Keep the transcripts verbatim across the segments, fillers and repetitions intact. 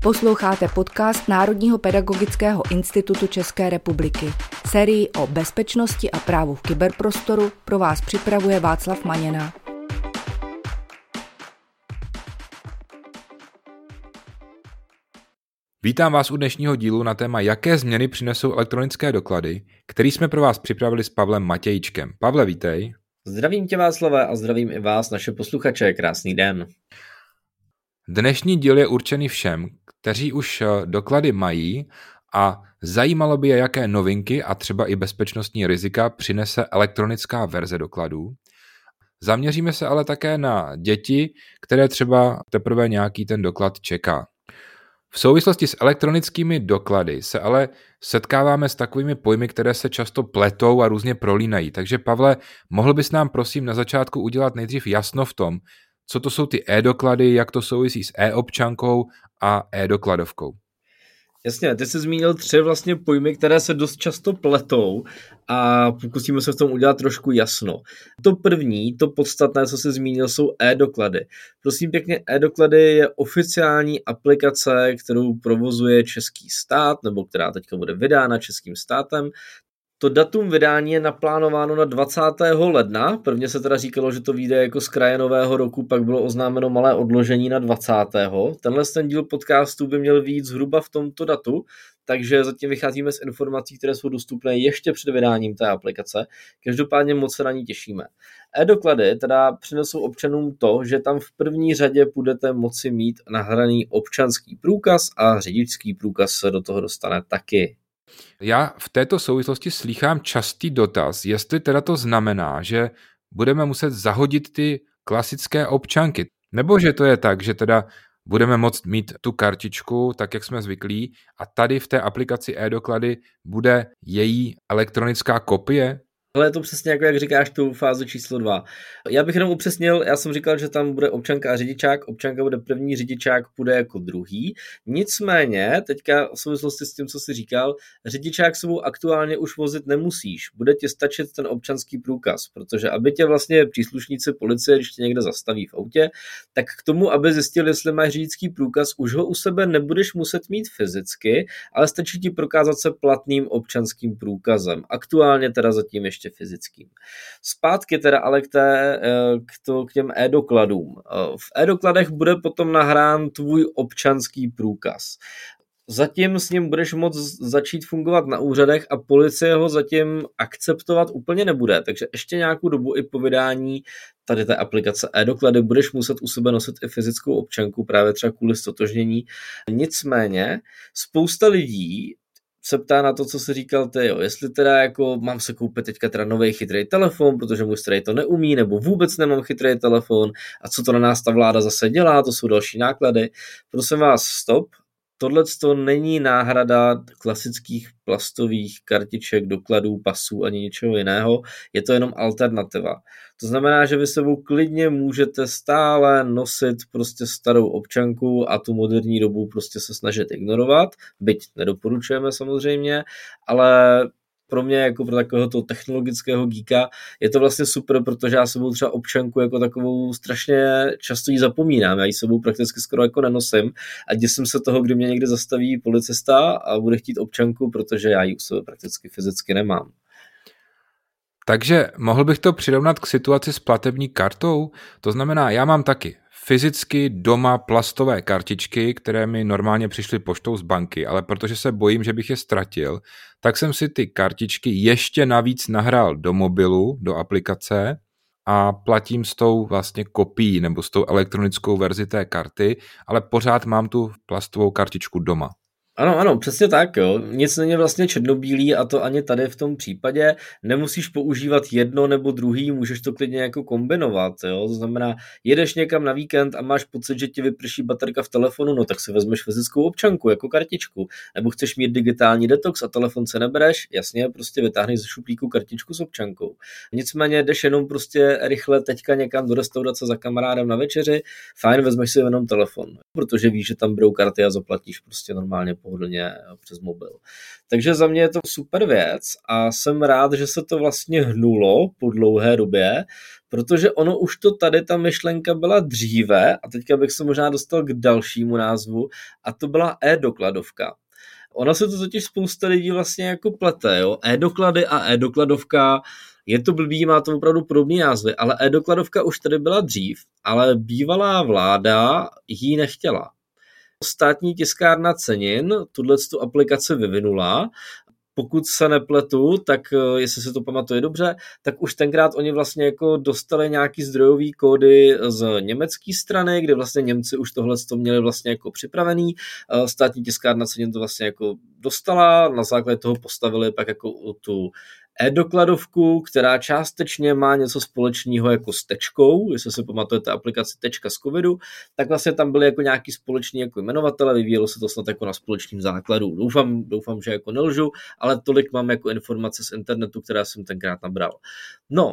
Posloucháte podcast Národního pedagogického institutu České republiky. Sérii o bezpečnosti a právu v kyberprostoru pro vás připravuje Václav Maněna. Vítám vás u dnešního dílu na téma, jaké změny přinesou elektronické doklady, který jsme pro vás připravili s Pavlem Matějčkem. Pavle, vítej. Zdravím tě, Václave, a zdravím i vás, naše posluchače. Krásný den. Dnešní díl je určený všem, kteří už doklady mají a zajímalo by je, jaké novinky a třeba i bezpečnostní rizika přinese elektronická verze dokladů. Zaměříme se ale také na děti, které třeba teprve nějaký ten doklad čeká. V souvislosti s elektronickými doklady se ale setkáváme s takovými pojmy, které se často pletou a různě prolínají. Takže Pavle, mohl bys nám prosím na začátku udělat nejdřív jasno v tom, co to jsou ty e-doklady, jak to souvisí s e-občankou a e-dokladovkou? Jasně, ty jsi zmínil tři vlastně pojmy, které se dost často pletou a pokusíme se v tom udělat trošku jasno. To první, to podstatné, co jsi zmínil, jsou e-doklady. Prosím pěkně, e-doklady je oficiální aplikace, kterou provozuje český stát, nebo která teďka bude vydána českým státem. To datum vydání je naplánováno na dvacátého ledna. Prvně se teda říkalo, že to vyjde jako z kraje nového roku, pak bylo oznámeno malé odložení na dvacátého Tenhle ten díl podcastu by měl vyjít zhruba v tomto datu, takže zatím vycházíme z informací, které jsou dostupné ještě před vydáním té aplikace. Každopádně moc se na ní těšíme. E-doklady teda přinesou občanům to, že tam v první řadě budete moci mít nahraný občanský průkaz a řidičský průkaz se do toho dostane taky. Já v této souvislosti slýchám častý dotaz, jestli teda to znamená, že budeme muset zahodit ty klasické občanky, nebo že to je tak, že teda budeme moct mít tu kartičku, tak jak jsme zvyklí, a tady v té aplikaci e-doklady bude její elektronická kopie? Ale je to přesně jako, jak říkáš, tu fázi číslo dva. Já bych jenom upřesnil, já jsem říkal, že tam bude občanka a řidičák, občanka bude první, řidičák bude jako druhý. Nicméně, teďka v souvislosti s tím, co jsi říkal, řidičák sebou aktuálně už vozit nemusíš. Bude ti stačit ten občanský průkaz, protože aby tě vlastně příslušníci policie, když tě někde zastaví v autě, tak k tomu, aby zjistili, jestli máš řidičský průkaz, už ho u sebe nebudeš muset mít fyzicky, ale stačí ti prokázat se platným občanským průkazem. Aktuálně teda zatím ještě fyzickým. Zpátky teda ale k, té, k, to, k těm e-dokladům. V e-dokladech bude potom nahrán tvůj občanský průkaz. Zatím s ním budeš moct začít fungovat na úřadech a policie ho zatím akceptovat úplně nebude, takže ještě nějakou dobu i po vydání tady té aplikace e-doklady budeš muset u sebe nosit i fyzickou občanku, právě třeba kvůli stotožnění. Nicméně spousta lidí se ptá na to, co jsi říkal ty, jo. Jestli teda jako mám se koupit teďka teda nový chytrý telefon, protože můj starý to neumí, nebo vůbec nemám chytrý telefon a co to na nás ta vláda zase dělá, to jsou další náklady. Prosím vás, stop. Tohle to není náhrada klasických plastových kartiček, dokladů, pasů ani ničeho jiného, je to jenom alternativa. To znamená, že vy sebou klidně můžete stále nosit prostě starou občanku a tu moderní dobu prostě se snažit ignorovat, byť nedoporučujeme samozřejmě, ale pro mě jako pro takového toho technologického geeka je to vlastně super, protože já sebou třeba občanku jako takovou strašně často ji zapomínám, já ji sebou prakticky skoro jako nenosím a děsím se toho, kdy mě někde zastaví policista a bude chtít občanku, protože já ji u sebe prakticky fyzicky nemám. Takže mohl bych to přirovnat k situaci s platební kartou? To znamená, já mám taky fyzicky doma plastové kartičky, které mi normálně přišly poštou z banky, ale protože se bojím, že bych je ztratil, tak jsem si ty kartičky ještě navíc nahrál do mobilu, do aplikace a platím s tou vlastně kopií nebo s tou elektronickou verzi té karty, ale pořád mám tu plastovou kartičku doma. Ano, ano, přesně tak, jo. Nic není vlastně černobílý a to ani tady v tom případě. Nemusíš používat jedno nebo druhý, můžeš to klidně jako kombinovat, jo. To znamená, jedeš někam na víkend a máš pocit, že ti vyprší baterka v telefonu, no tak si vezmeš fyzickou občanku jako kartičku. Nebo chceš mít digitální detox a telefon se nebereš, jasně, prostě vytáhneš ze šuplíku kartičku s občankou. Nicméně jdeš jenom prostě rychle teďka někam do restaurace za kamarádem na večeři, fajn, vezmeš si jenom telefon, protože víš, že tam budou karty a zaplatíš prostě normálně po pohodlně přes mobil. Takže za mě je to super věc a jsem rád, že se to vlastně hnulo po dlouhé době, protože ono už to tady, ta myšlenka byla dříve a teďka bych se možná dostal k dalšímu názvu a to byla e-dokladovka. Ona se to totiž spousta lidí vlastně jako plete, jo? E-doklady a e-dokladovka, je to blbý, má to opravdu podobný názvy, ale e-dokladovka už tady byla dřív, ale bývalá vláda ji nechtěla. Státní tiskárna cenin tuto aplikaci vyvinula. Pokud se nepletu, tak jestli se to pamatuje dobře, tak už tenkrát oni vlastně jako dostali nějaký zdrojový kódy z německé strany, kde vlastně Němci už tohle měli vlastně jako připravený. Státní tiskárna cenin to vlastně jako dostala, na základě toho postavili pak jako tu e-dokladovku, která částečně má něco společného jako s tečkou, jestli si pamatujete aplikaci Tečka z covidu, tak vlastně tam byly jako nějaký společný jako jmenovatele, vyvíjelo se to snad jako na společným základu. Doufám, doufám, že jako nelžu, ale tolik mám jako informace z internetu, která jsem tenkrát nabral. No,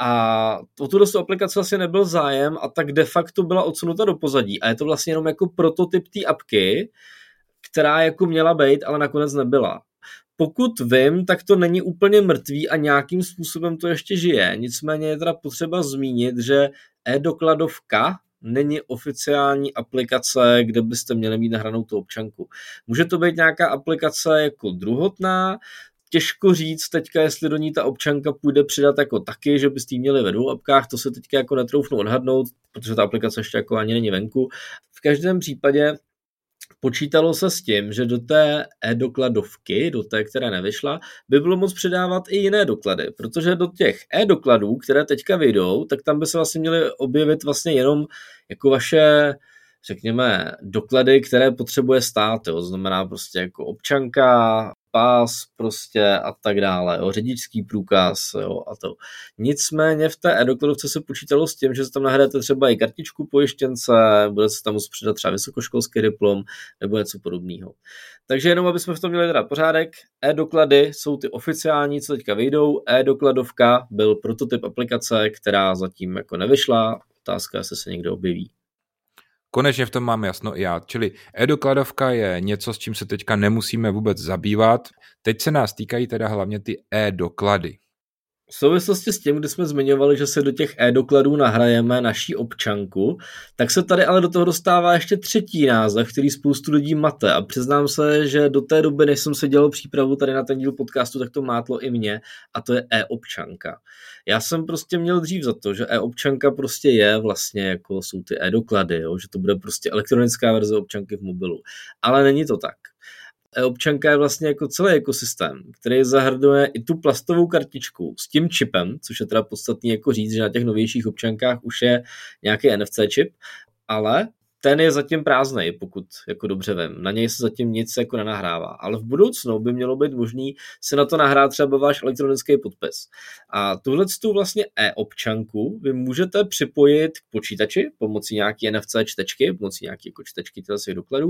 a o tuto aplikaci vlastně nebyl zájem a tak de facto byla odsunuta do pozadí a je to vlastně jenom jako prototyp té apky, která jako měla být, ale nakonec nebyla. Pokud vím, tak to není úplně mrtvý a nějakým způsobem to ještě žije. Nicméně je teda potřeba zmínit, že e-dokladovka není oficiální aplikace, kde byste měli mít nahranou tu občanku. Může to být nějaká aplikace jako druhotná, těžko říct teďka, jestli do ní ta občanka půjde přidat jako taky, že byste ji měli ve dvou apkách, to se teďka jako netroufnu odhadnout, protože ta aplikace ještě jako ani není venku. V každém případě počítalo se s tím, že do té e-dokladovky, do té, která nevyšla, by bylo moc přidávat i jiné doklady, protože do těch e-dokladů, které teďka vyjdou, tak tam by se vlastně měly objevit vlastně jenom jako vaše, řekněme, doklady, které potřebuje stát, jo. Znamená prostě jako občanka, pás prostě a tak dále, jo, řidičský průkaz, jo, a to. Nicméně v té e-dokladovce se počítalo s tím, že se tam nahrajete třeba i kartičku pojištěnce, bude se tam muset přidat třeba vysokoškolský diplom nebo něco podobného. Takže jenom, aby jsme v tom měli teda pořádek, e-doklady jsou ty oficiální, co teďka vyjdou, e-dokladovka byl prototyp aplikace, která zatím jako nevyšla, otázka, jestli se někde objeví. Konečně v tom mám jasno i já. Čili e-dokladovka je něco, s čím se teďka nemusíme vůbec zabývat. Teď se nás týkají teda hlavně ty e-doklady. V souvislosti s tím, kdy jsme zmiňovali, že se do těch e-dokladů nahrajeme naší občanku, tak se tady ale do toho dostává ještě třetí název, který spoustu lidí mate. A přiznám se, že do té doby, než jsem se dělal přípravu tady na ten díl podcastu, tak to mátlo i mě, a to je e-občanka. Já jsem prostě měl dřív za to, že e-občanka prostě je vlastně jako jsou ty e-doklady, jo? Že to bude prostě elektronická verze občanky v mobilu. Ale není to tak. E-občanka je vlastně jako celý ekosystém, který zahrnuje i tu plastovou kartičku s tím čipem, což je teda podstatný jako říct, že na těch novějších občankách už je nějaký N F C čip, ale ten je zatím prázdnej, pokud jako dobře vím. Na něj se zatím nic jako nenahrává. Ale v budoucnu by mělo být možný si na to nahrát třeba váš elektronický podpis. A tuhletu vlastně e-občanku vy můžete připojit k počítači pomocí nějaký N F C čtečky, pomocí nějaké jako čtečky těch dokladů.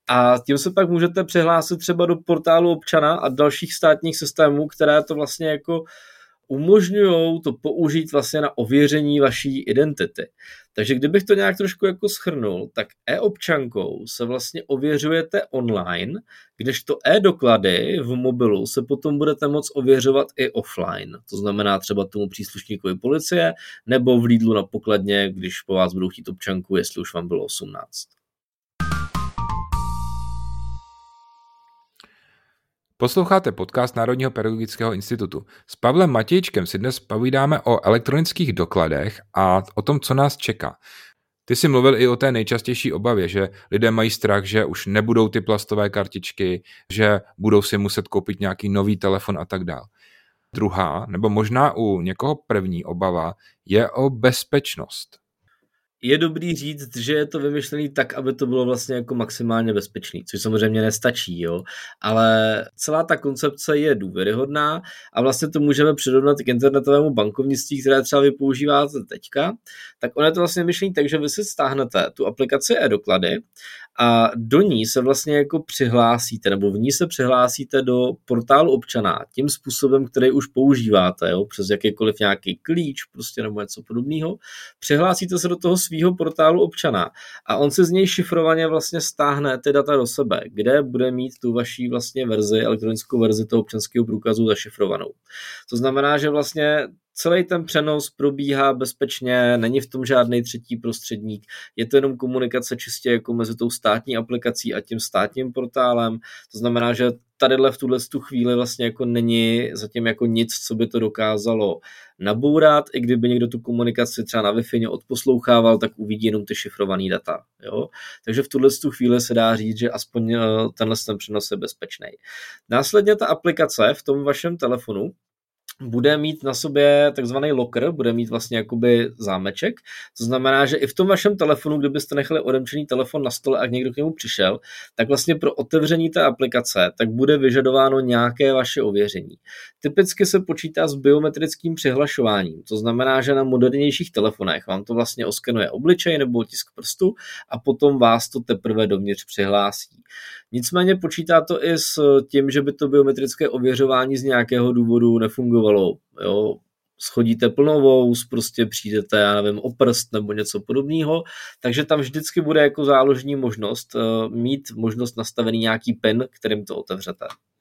A tím se pak můžete přihlásit třeba do portálu občana a dalších státních systémů, které to vlastně jako umožňují to použít vlastně na ověření vaší identity. Takže kdybych to nějak trošku jako shrnul, tak e-občankou se vlastně ověřujete online, kdežto e-doklady v mobilu se potom budete moct ověřovat i offline. To znamená třeba tomu příslušníkovi policie nebo v Lidlu na pokladně, když po vás budou chtít občanku, jestli už vám bylo osmnáct. Posloucháte podcast Národního pedagogického institutu. S Pavlem Matějčkem si dnes povídáme o elektronických dokladech a o tom, co nás čeká. Ty jsi mluvil i o té nejčastější obavě, že lidé mají strach, že už nebudou ty plastové kartičky, že budou si muset koupit nějaký nový telefon a tak dále. Druhá, nebo možná u někoho první obava je o bezpečnost. Je dobrý říct, že je to vymyšlený tak, aby to bylo vlastně jako maximálně bezpečný, což samozřejmě nestačí, jo, ale celá ta koncepce je důvěryhodná a vlastně to můžeme přirovnat k internetovému bankovnictví, které třeba vy používáte teďka, tak ono je to vlastně vymyšlený tak, že vy si stáhnete tu aplikaci e-doklady a do ní se vlastně jako přihlásíte, nebo v ní se přihlásíte do portálu občana tím způsobem, který už používáte, jo, přes jakýkoliv nějaký klíč, prostě nebo něco podobného. Přihlásíte se do toho svého portálu občana a on se z něj šifrovaně vlastně stáhne ty data do sebe, kde bude mít tu vaší vlastně verzi, elektronickou verzi toho občanského průkazu zašifrovanou. To znamená, že vlastně celý ten přenos probíhá bezpečně, není v tom žádný třetí prostředník, je to jenom komunikace čistě jako mezi tou státní aplikací a tím státním portálem. To znamená, že tadyhle v tuhle tu chvíli vlastně jako není zatím jako nic, co by to dokázalo nabourat, i kdyby někdo tu komunikaci třeba na Wi-Fi odposlouchával, tak uvidí jenom ty šifrované data. Jo? Takže v tuhle tu chvíli se dá říct, že aspoň tenhle ten přenos je bezpečný. Následně ta aplikace v tom vašem telefonu bude mít na sobě takzvaný locker, bude mít vlastně jakoby zámeček. To znamená, že i v tom vašem telefonu, kdybyste nechali odemčený telefon na stole a někdo k němu přišel, tak vlastně pro otevření té aplikace tak bude vyžadováno nějaké vaše ověření. Typicky se počítá s biometrickým přihlašováním. To znamená, že na modernějších telefonech vám to vlastně oskenuje obličej nebo otisk prstu a potom vás to teprve dovnitř přihlásí. Nicméně počítá to i s tím, že by to biometrické ověřování z nějakého důvodu nefungovalo. Jo? Schodíte plnovous, prostě přijdete, já nevím, o prst nebo něco podobného, takže tam vždycky bude jako záložní možnost mít možnost nastavený nějaký PIN, kterým to otevřete.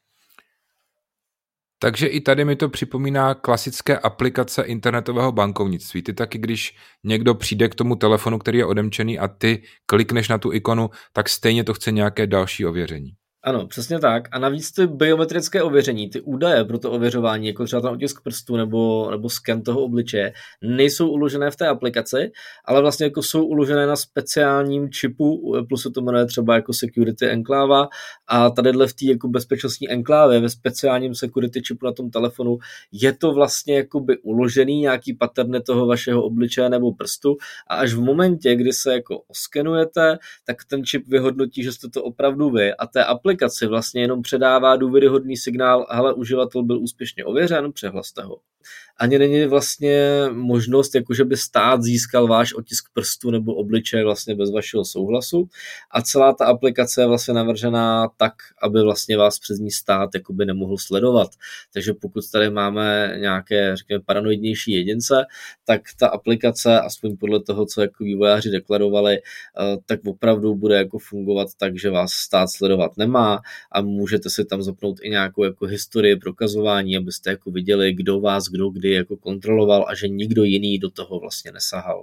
Takže i tady mi to připomíná klasické aplikace internetového bankovnictví. Ty taky, když někdo přijde k tomu telefonu, který je odemčený a ty klikneš na tu ikonu, tak stejně to chce nějaké další ověření. Ano, přesně tak. A navíc ty biometrické ověření, ty údaje pro to ověřování, jako třeba ten otisk prstu nebo, nebo sken toho obličeje, nejsou uložené v té aplikaci, ale vlastně jako jsou uložené na speciálním čipu, plus se to jmenuje třeba jako security enkláva a tadyhle v té jako bezpečnostní enklávě ve speciálním security čipu na tom telefonu je to vlastně jakoby uložený nějaký pattern toho vašeho obličeje nebo prstu a až v momentě, kdy se jako oskenujete, tak ten čip vyhodnotí, že jste to opravdu vy a té aplikaci vlastně jenom předává důvěryhodný signál, hele, uživatel byl úspěšně ověřen, přehlaste ho. Ani není vlastně možnost, jakože by stát získal váš otisk prstu nebo obličeje vlastně bez vašeho souhlasu a celá ta aplikace je vlastně navržená tak, aby vlastně vás přes ní stát jakoby nemohl sledovat. Takže pokud tady máme nějaké, řekněme, paranoidnější jedince, tak ta aplikace, aspoň podle toho, co jako vývojáři deklarovali, tak opravdu bude jako fungovat tak, že vás stát sledovat nemá a můžete si tam zapnout i nějakou jako historii prokazování, abyste jako viděli, kdo vás, kdo kdy jako kontroloval a že nikdo jiný do toho vlastně nesahal.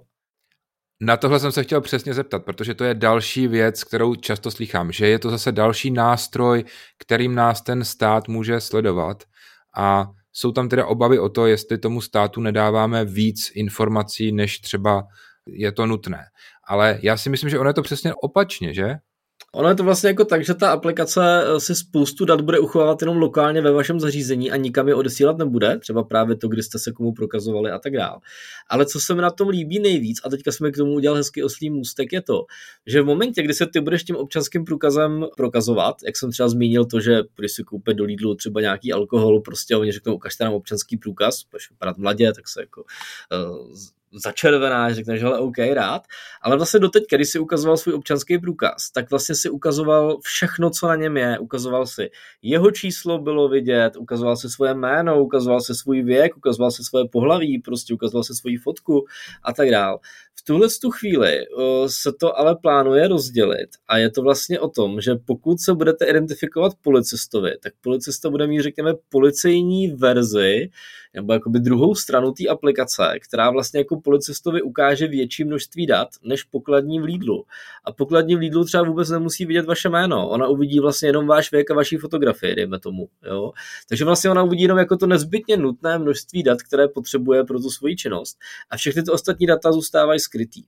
Na tohle jsem se chtěl přesně zeptat, protože to je další věc, kterou často slýchám, že je to zase další nástroj, kterým nás ten stát může sledovat a jsou tam teda obavy o to, jestli tomu státu nedáváme víc informací, než třeba je to nutné. Ale já si myslím, že ono je to přesně opačně, že? Ono je to vlastně jako tak, že ta aplikace si spoustu dat bude uchovávat jenom lokálně ve vašem zařízení a nikam je odesílat nebude, třeba právě to, kdy jste se komu prokazovali a tak dále. Ale co se mi na tom líbí nejvíc, a teďka jsme k tomu udělal hezký oslý můstek, je to, že v momentě, kdy se ty budeš tím občanským průkazem prokazovat, jak jsem třeba zmínil to, že když si koupit do Lidlu třeba nějaký alkohol, prostě oni řeknou, ukažte nám občanský průkaz, budeš vypadat mladě, tak se jako uh, začervená, řekneš, hele, OK, rád, ale vlastně doteď, když si ukazoval svůj občanský průkaz, tak vlastně si ukazoval všechno, co na něm je, ukazoval si jeho číslo bylo vidět, ukazoval si svoje jméno, ukazoval si svůj věk, ukazoval si svoje pohlaví, prostě ukazoval si svoji fotku a tak dál. V tuhle tu chvíli uh, se to ale plánuje rozdělit a je to vlastně o tom, že pokud se budete identifikovat policistovi, tak policista bude mít, řekněme, policejní verzi nebo jakoby druhou stranu té aplikace, která vlastně jako policistovi ukáže větší množství dat než pokladní v Lidlu. A pokladní v Lidlu třeba vůbec nemusí vidět vaše jméno. Ona uvidí vlastně jenom váš věk a vaší fotografii, dejme tomu. Jo? Takže vlastně ona uvidí jenom jako to nezbytně nutné množství dat, které potřebuje pro tu svoji činnost. A všechny ty ostatní data zůstávají skrytý.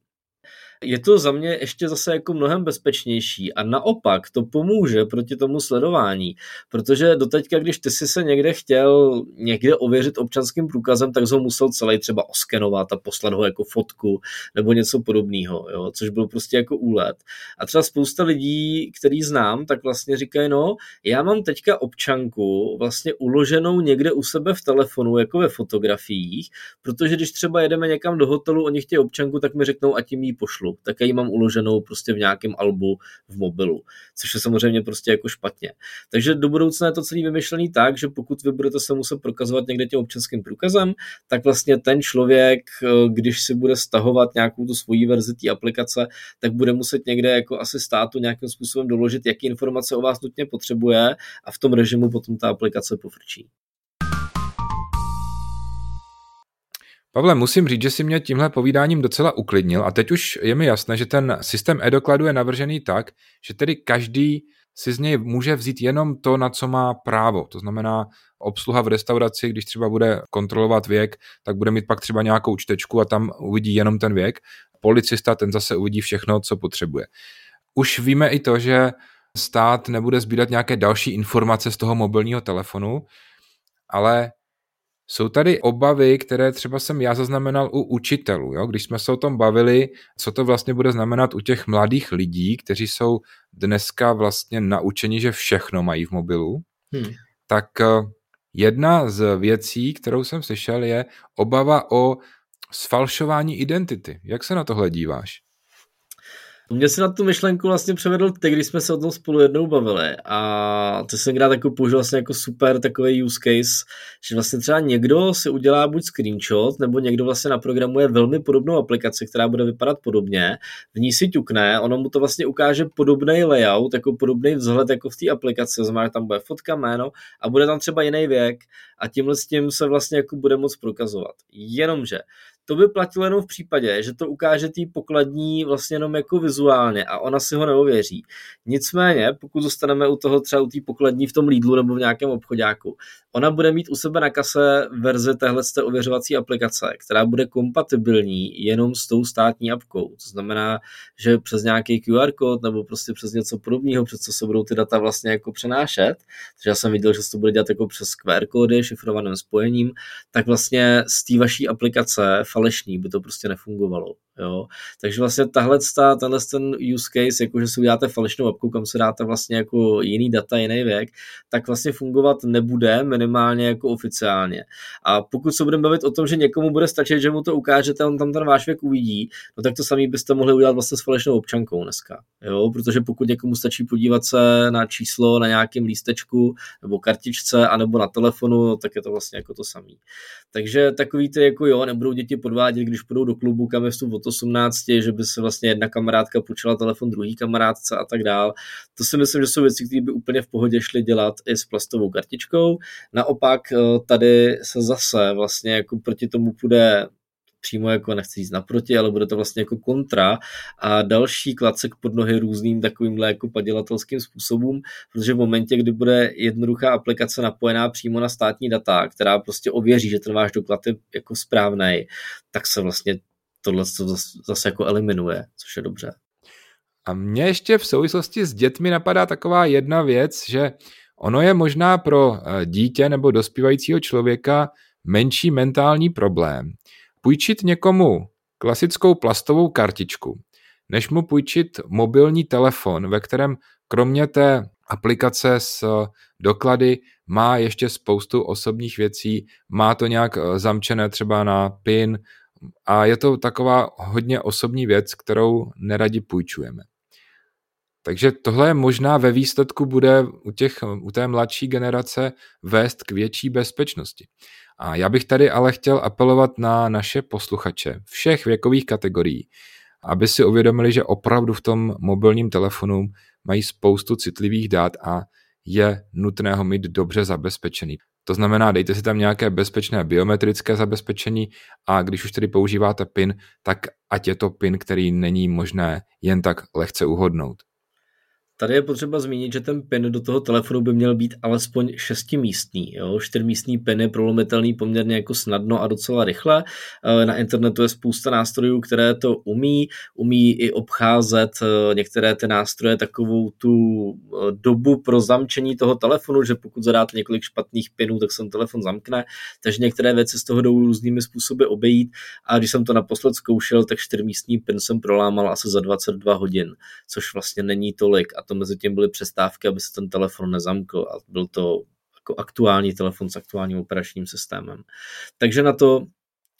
Je to za mě ještě zase jako mnohem bezpečnější a naopak to pomůže proti tomu sledování, protože doteďka, když ty si se někde chtěl někde ověřit občanským průkazem, tak ho musel celý třeba oskenovat a poslat ho jako fotku nebo něco podobného, jo, což byl prostě jako úlet. A třeba spousta lidí, který znám, tak vlastně říkají, no, já mám teďka občanku vlastně uloženou někde u sebe v telefonu, jako ve fotografiích, protože když třeba jedeme někam do hotelu, oni chtějí občanku, tak mi řeknou, ať jim ji pošlu. telefonu, tak já ji mám uloženou prostě v nějakém albu v mobilu, což je samozřejmě prostě jako špatně. Takže do budoucna je to celý vymyšlený tak, že pokud vy budete se muset prokazovat někde tím občanským průkazem, tak vlastně ten člověk, když si bude stahovat nějakou tu svoji verzi té aplikace, tak bude muset někde jako asi státu nějakým způsobem doložit, jaký informace o vás nutně potřebuje a v tom režimu potom ta aplikace pofrčí. Pavle, musím říct, že si mě tímhle povídáním docela uklidnil a teď už je mi jasné, že ten systém e-dokladu je navržený tak, že tedy každý si z něj může vzít jenom to, na co má právo. To znamená obsluha v restauraci, když třeba bude kontrolovat věk, tak bude mít pak třeba nějakou čtečku a tam uvidí jenom ten věk. Policista, ten zase uvidí všechno, co potřebuje. Už víme i to, že stát nebude sbírat nějaké další informace z toho mobilního telefonu, ale jsou tady obavy, které třeba jsem já zaznamenal u učitelů. Jo? Když jsme se o tom bavili, co to vlastně bude znamenat u těch mladých lidí, kteří jsou dneska vlastně naučeni, že všechno mají v mobilu, hmm. tak jedna z věcí, kterou jsem slyšel, je obava o sfalšování identity. Jak se na tohle díváš? Mě se na tu myšlenku vlastně převedl teď, když jsme se o tom spolu jednou bavili a to jsem krát jako použil vlastně jako super takový use case, že vlastně třeba někdo si udělá buď screenshot, nebo někdo vlastně naprogramuje velmi podobnou aplikaci, která bude vypadat podobně, v ní si ťukne, ono mu to vlastně ukáže podobný layout, jako podobný vzhled jako v té aplikaci, znamená, že tam bude fotka, jméno a bude tam třeba jiný věk a tímhle s tím se vlastně jako bude moc prokazovat. Jenomže to by platilo jenom v případě, že to ukáže tý pokladní vlastně jenom jako vizuálně a ona si ho neověří. Nicméně, pokud zůstaneme u toho třeba u té pokladní v tom Lidlu nebo v nějakém obchodáku, ona bude mít u sebe na kase verze téhle ověřovací aplikace, která bude kompatibilní jenom s tou státní apkou. To znamená, že přes nějaký Q R kód nebo prostě přes něco podobného, přes co se budou ty data vlastně jako přenášet, takže já jsem viděl, že se to bude dělat jako přes Q R kódy, šifrovaným spojením, tak vlastně z té vaší aplikace falešný by to prostě nefungovalo. Jo? Takže vlastně tahle, tahle ten use case, jako že si uděláte falešnou apku, kam se dáte vlastně jako jiný data, jiný věk, tak vlastně fungovat nebude minimálně jako oficiálně. A pokud se budeme bavit o tom, že někomu bude stačit, že mu to ukážete, on tam ten váš věk uvidí, no tak to samý byste mohli udělat vlastně s falešnou občankou dneska. Jo? Protože pokud někomu stačí podívat se na číslo na nějakém lístečku nebo kartičce anebo na telefonu, tak je to vlastně jako to samý. Takže takový ty jako jo, nebudou děti podvádět, když půjdou do klubu, kam je vstup od osmnácti, že by se vlastně jedna kamarádka půjčila telefon druhý kamarádce a tak dál. To si myslím, že jsou věci, které by úplně v pohodě šly dělat i s plastovou kartičkou. Naopak tady se zase vlastně jako proti tomu půjde přímo jako nechci říct naproti, ale bude to vlastně jako kontra a další klacek pod nohy různým takovýmhle jako padělatelským způsobům, protože v momentě, kdy bude jednoduchá aplikace napojená přímo na státní data, která prostě ověří, že ten váš doklad je jako správnej, tak se vlastně tohle zase jako eliminuje, což je dobře. A mě ještě v souvislosti s dětmi napadá taková jedna věc, že ono je možná pro dítě nebo dospívajícího člověka menší mentální problém půjčit někomu klasickou plastovou kartičku, než mu půjčit mobilní telefon, ve kterém kromě té aplikace s doklady má ještě spoustu osobních věcí, má to nějak zamčené třeba na PIN a je to taková hodně osobní věc, kterou neradi půjčujeme. Takže tohle možná ve výsledku bude u, těch, u té mladší generace vést k větší bezpečnosti. A já bych tady ale chtěl apelovat na naše posluchače všech věkových kategorií, aby si uvědomili, že opravdu v tom mobilním telefonu mají spoustu citlivých dat a je nutné ho mít dobře zabezpečený. To znamená, dejte si tam nějaké bezpečné biometrické zabezpečení a když už tedy používáte PIN, tak ať je to PIN, který není možné jen tak lehce uhodnout. Tady je potřeba zmínit, že ten PIN do toho telefonu by měl být alespoň šestimístný. Jo? Čtyřmístný PIN je prolomitelný poměrně jako snadno a docela rychle. Na internetu je spousta nástrojů, které to umí. Umí i obcházet některé ty nástroje takovou tu dobu pro zamčení toho telefonu, že pokud zadáte několik špatných PINů, tak se ten telefon zamkne. Takže některé věci z toho jdou různými způsoby obejít. A když jsem to naposled zkoušel, tak čtyřmístný PIN jsem prolámal asi za dvacet dva hodin, což vlastně není tolik. A to mezi tím byly přestávky, aby se ten telefon nezamkl a byl to jako aktuální telefon s aktuálním operačním systémem. Takže na to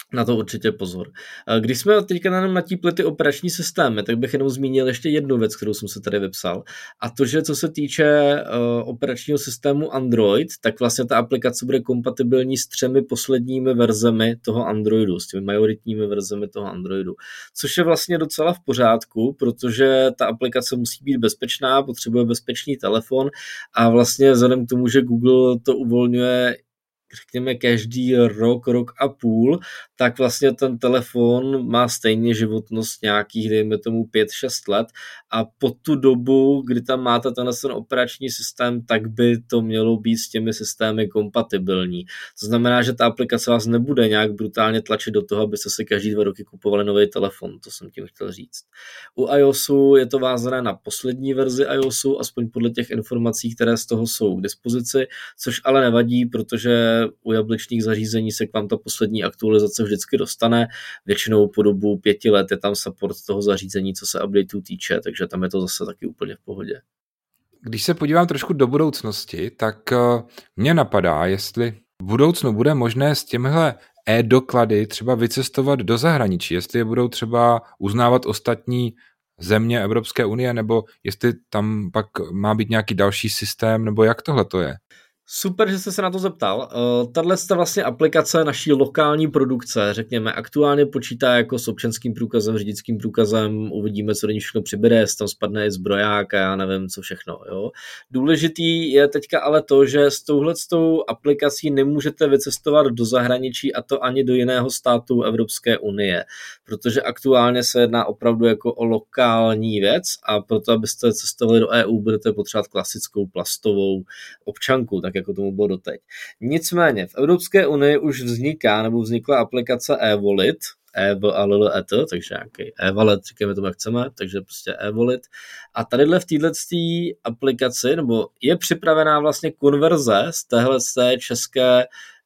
Na to určitě pozor. Když jsme teďka jenom natípli ty operační systémy, tak bych jenom zmínil ještě jednu věc, kterou jsem se tady vypsal. A to, že co se týče uh, operačního systému Android, tak vlastně ta aplikace bude kompatibilní s třemi posledními verzemi toho Androidu, s těmi majoritními verzemi toho Androidu. Což je vlastně docela v pořádku, protože ta aplikace musí být bezpečná, potřebuje bezpečný telefon a vlastně vzhledem k tomu, že Google to uvolňuje řekněme každý rok, rok a půl, tak vlastně ten telefon má stejně životnost nějakých, dejme tomu pět šest let a po tu dobu, kdy tam máte ten operační systém, tak by to mělo být s těmi systémy kompatibilní. To znamená, že ta aplikace vás nebude nějak brutálně tlačit do toho, abyste si každý dva roky kupovali nový telefon, to jsem tím chtěl říct. U iOSu je to vázané na poslední verzi iOSu, aspoň podle těch informací, které z toho jsou k dispozici, což ale nevadí, protože u jablečných zařízení se k vám ta poslední aktualizace vždycky dostane. Většinou po dobu pěti let je tam support toho zařízení, co se updateů týče, takže tam je to zase taky úplně v pohodě. Když se podívám trošku do budoucnosti, tak mě napadá, jestli v budoucnu bude možné s těmihle e-doklady třeba vycestovat do zahraničí, jestli je budou třeba uznávat ostatní země Evropské unie, nebo jestli tam pak má být nějaký další systém, nebo jak tohle to je? Super, že jste se na to zeptal. Uh, Tahle vlastně aplikace naší lokální produkce, řekněme, aktuálně počítá jako s občanským průkazem, řidičským průkazem, uvidíme, co do ní všechno přibude, jestli tam spadne i zbroják a já nevím, co všechno. Jo. Důležitý je teďka ale to, že s touhletou aplikací nemůžete vycestovat do zahraničí a to ani do jiného státu Evropské unie, protože aktuálně se jedná opravdu jako o lokální věc a proto, abyste cestovali do E U, budete potřebovat klasickou plastovou občanku, tak jako tomu bylo doteď. Nicméně v Evropské unii už vzniká nebo vznikla aplikace e-wallet, e-wallet, takže nějaký e-wallet, říkáme tomu jak chceme, takže prostě e-wallet. A tadyhle v této aplikaci, nebo je připravená vlastně konverze z téhle české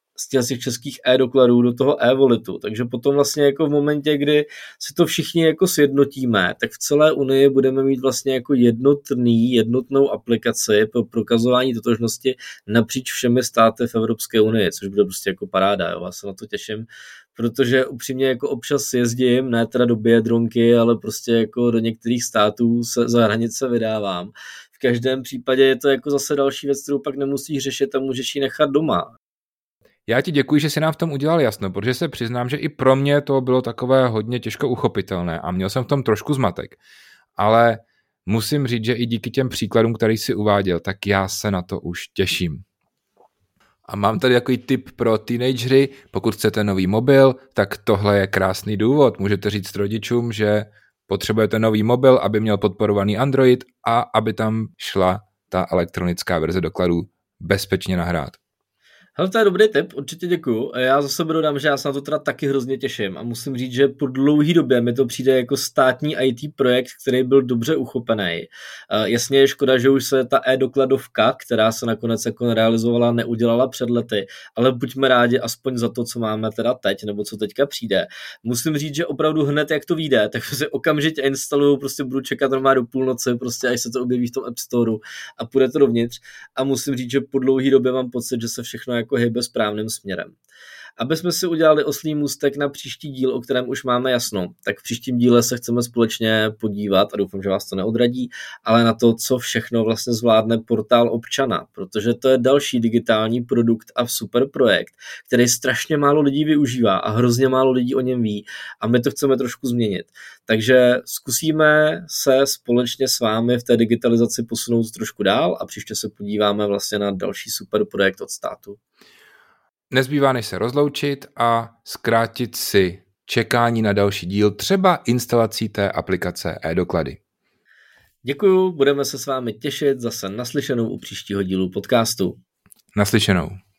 z těch českých e-dokladů do toho e-walletu. Takže potom vlastně jako v momentě, kdy si to všichni jako sjednotíme, tak v celé Unii budeme mít vlastně jako jednotný, jednotnou aplikaci pro prokazování totožnosti napříč všemi státy v Evropské unii, což bude prostě jako paráda, jo, já se na to těším, protože upřímně jako občas jezdím, ne teda do Biedronky, ale prostě jako do některých států se za hranice vydávám. V každém případě je to jako zase další věc, kterou pak nemusíš řešit a můžeš ji nechat doma. Já ti děkuji, že jsi nám v tom udělal jasno, protože se přiznám, že i pro mě to bylo takové hodně těžko uchopitelné a měl jsem v tom trošku zmatek. Ale musím říct, že i díky těm příkladům, který jsi uváděl, tak já se na to už těším. A mám tady takový tip pro teenagery, pokud chcete nový mobil, tak tohle je krásný důvod. Můžete říct rodičům, že potřebujete nový mobil, aby měl podporovaný Android a aby tam šla ta elektronická verze dokladů bezpečně nahrát. Hele, to je dobrý tip, určitě děkuju. Já za sebe dodám, že já se na to teda taky hrozně těším a musím říct, že po dlouhý době mi to přijde jako státní í té projekt, který byl dobře uchopený. Jasně je škoda, že už se ta e-dokladovka, která se nakonec jako realizovala, neudělala před lety, ale buďme rádi aspoň za to, co máme teda teď, nebo co teďka přijde. Musím říct, že opravdu hned, jak to vyjde, tak si okamžitě instaluju, prostě budu čekat normálně do půlnoci, prostě až se to objeví v tom App Store a půjde to dovnitř. A musím říct, že po dlouhý době mám pocit, že se všechno jako hýbe správným směrem. Aby jsme si udělali oslí můstek na příští díl, o kterém už máme jasno, tak v příštím díle se chceme společně podívat, a doufám, že vás to neodradí, ale na to, co všechno vlastně zvládne portál občana, protože to je další digitální produkt a super projekt, který strašně málo lidí využívá a hrozně málo lidí o něm ví a my to chceme trošku změnit. Takže zkusíme se společně s vámi v té digitalizaci posunout trošku dál a příště se podíváme vlastně na další super projekt od státu. Nezbývá než se rozloučit a zkrátit si čekání na další díl, třeba instalací té aplikace e-doklady. Děkuju, budeme se s vámi těšit zase naslyšenou u příštího dílu podcastu. Naslyšenou.